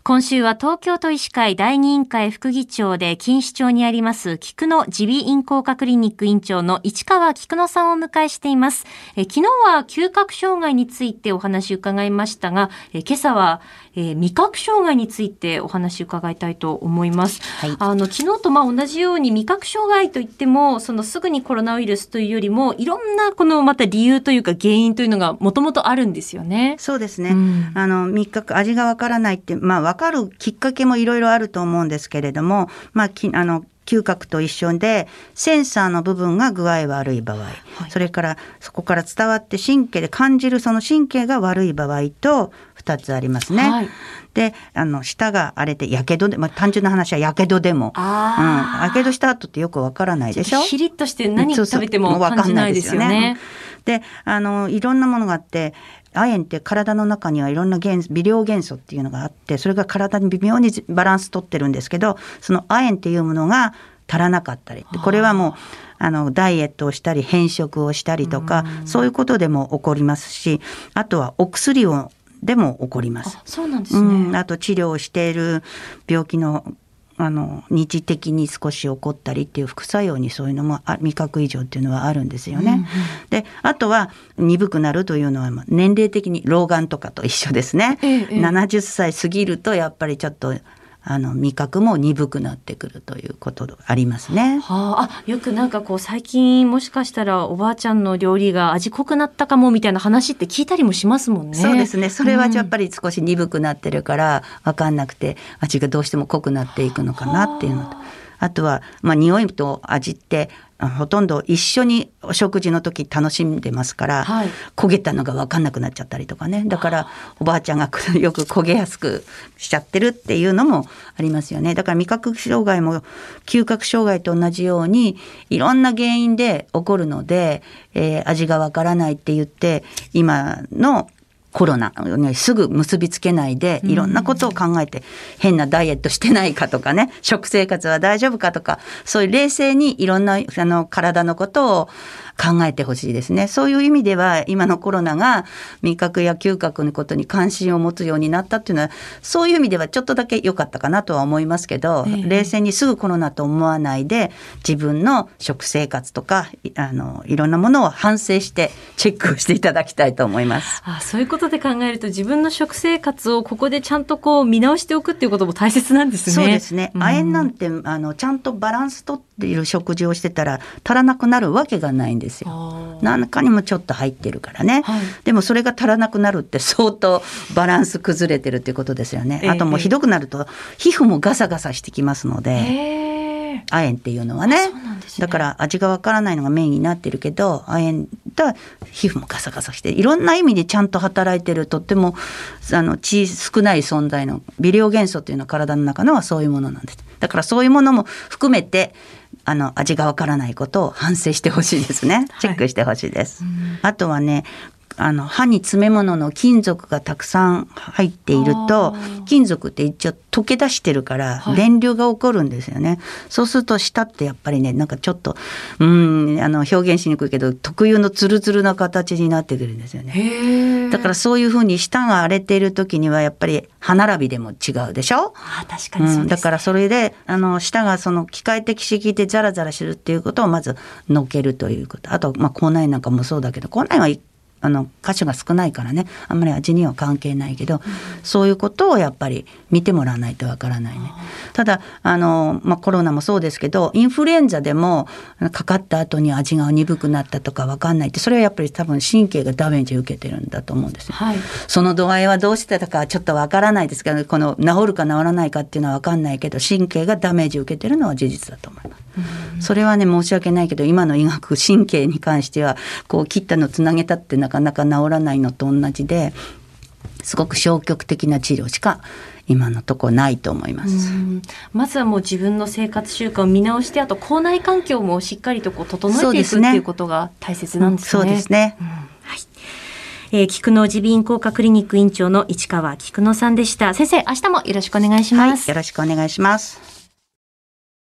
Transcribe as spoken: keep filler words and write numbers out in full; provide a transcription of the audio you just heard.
今週は東京都医師会第二委員会副議長で錦糸町にあります菊野耳鼻咽喉科クリニック院長の市川菊野さんをお迎えしています。え昨日は嗅覚障害についてお話を伺いましたが、え今朝は、えー、味覚障害についてお話を伺いたいと思います。はい、あの昨日とまあ同じように味覚障害といってもそのすぐにコロナウイルスというよりもいろんなこのまた理由というか原因というのがもともとあるんですよね。 そうですね、うん、あの味覚味がわからないってまあわかるきっかけもいろいろあると思うんですけれども、まあ、きあの嗅覚と一緒でセンサーの部分が具合悪い場合、はい、それからそこから伝わって神経で感じるその神経が悪い場合とふたつありますね。はい、であの舌が荒れてやけどで、まあ、単純な話はやけどでもやけどした後ってよくわからないでしょ。 ヒリッとして何食べても感じないですよね。 であのいろんなものがあって亜鉛って体の中にはいろんな元素微量元素っていうのがあってそれが体に微妙にバランス取ってるんですけどその亜鉛っていうものが足らなかったりこれはもうあのダイエットをしたり変色をしたりとかそういうことでも起こりますしあとはお薬をでも起こります。 あ、そうなんですね。 うん、あと治療をしている病気のあの二次的に少し起こったりっていう副作用にそういうのも味覚異常っていうのはあるんですよね。うんうん、であとは鈍くなるというのは年齢的に老眼とかと一緒ですね。ええ、ななじゅっさい過ぎるとやっぱりちょっとあの味覚も鈍くなってくるということがありますね。 はあ、あよくなんかこう最近もしかしたらおばあちゃんの料理が味濃くなったかもみたいな話って聞いたりもしますもんね。 そうですね。それはやっぱり少し鈍くなってるから分かんなくて味がどうしても濃くなっていくのかなっていうのと、あとはまあ匂いと味ってほとんど一緒にお食事の時楽しんでますから、はい、焦げたのが分かんなくなっちゃったりとかね。だからおばあちゃんがよく焦げやすくしちゃってるっていうのもありますよね。だから味覚障害も嗅覚障害と同じようにいろんな原因で起こるので、えー、味が分からないって言って今のコロナにすぐ結びつけないでいろんなことを考えて変なダイエットしてないかとかね食生活は大丈夫かとかそういう冷静にいろんなあの体のことを考えてほしいですね。そういう意味では今のコロナが味覚や嗅覚のことに関心を持つようになったっていうのはそういう意味ではちょっとだけ良かったかなとは思いますけど、えー、冷静にすぐコロナと思わないで自分の食生活とかあのいろんなものを反省してチェックをしていただきたいと思います。 あ、そういうことで考えると自分の食生活をここでちゃんとこう見直しておくっていうことも大切なんですね。 そうですね。亜鉛なんてあのちゃんとバランスとっている食事をしてたら足らなくなるわけがないんですよ。何かにもちょっと入ってるからね、はい、でもそれが足らなくなるって相当バランス崩れてるっていうことですよね。あともうひどくなると皮膚もガサガサしてきますので、亜鉛っていうのは ね, ねだから味がわからないのがメインになってるけど亜鉛と皮膚もガサガサしていろんな意味でちゃんと働いてるとってもあの血少ない存在の微量元素っていうのは体の中のはそういうものなんです。だからそういうものも含めてあの味がわからないことを反省してほしいですね。チェックしてほしいです、はい、あとはねあの歯に詰め物の金属がたくさん入っていると金属って一応溶け出してるから電流が起こるんですよね、はい、そうすると舌ってやっぱりねなんかちょっとうんあの表現しにくいけど特有のツルツルな形になってくるんですよね。へー。だからそういうふうに舌が荒れている時にはやっぱり歯並びでも違うでしょ。 あ、確かにそうですね、うん、 だからそれであの舌がその機械的刺激でザラザラするっていうことをまずのけるということ。あと、まあ、口内なんかもそうだけど口内はあの箇所が少ないからねあんまり味には関係ないけど、うん、そういうことをやっぱり見てもらわないとわからないね。ただあの、まあ、コロナもそうですけどインフルエンザでもかかった後に味が鈍くなったとかわかんないってそれはやっぱり多分神経がダメージを受けてるんだと思うんですよ、はい、その度合いはどうしてたかはちょっとわからないですけどこの治るか治らないかっていうのはわかんないけど神経がダメージを受けてるのは事実だと思います。うん、それはね申し訳ないけど今の医学神経に関してはこう切ったのつなげたってなかなか治らないのと同じですごく消極的な治療しか今のところないと思います。 うん、まずはもう自分の生活習慣を見直してあと口内環境もしっかりとこう整えていくっていうことが大切なんですね。 そうですね、うんはいえー、菊野耳鼻咽喉科クリニック院長の市川菊野さんでした。先生明日もよろしくお願いします、 はい、よろしくお願いします。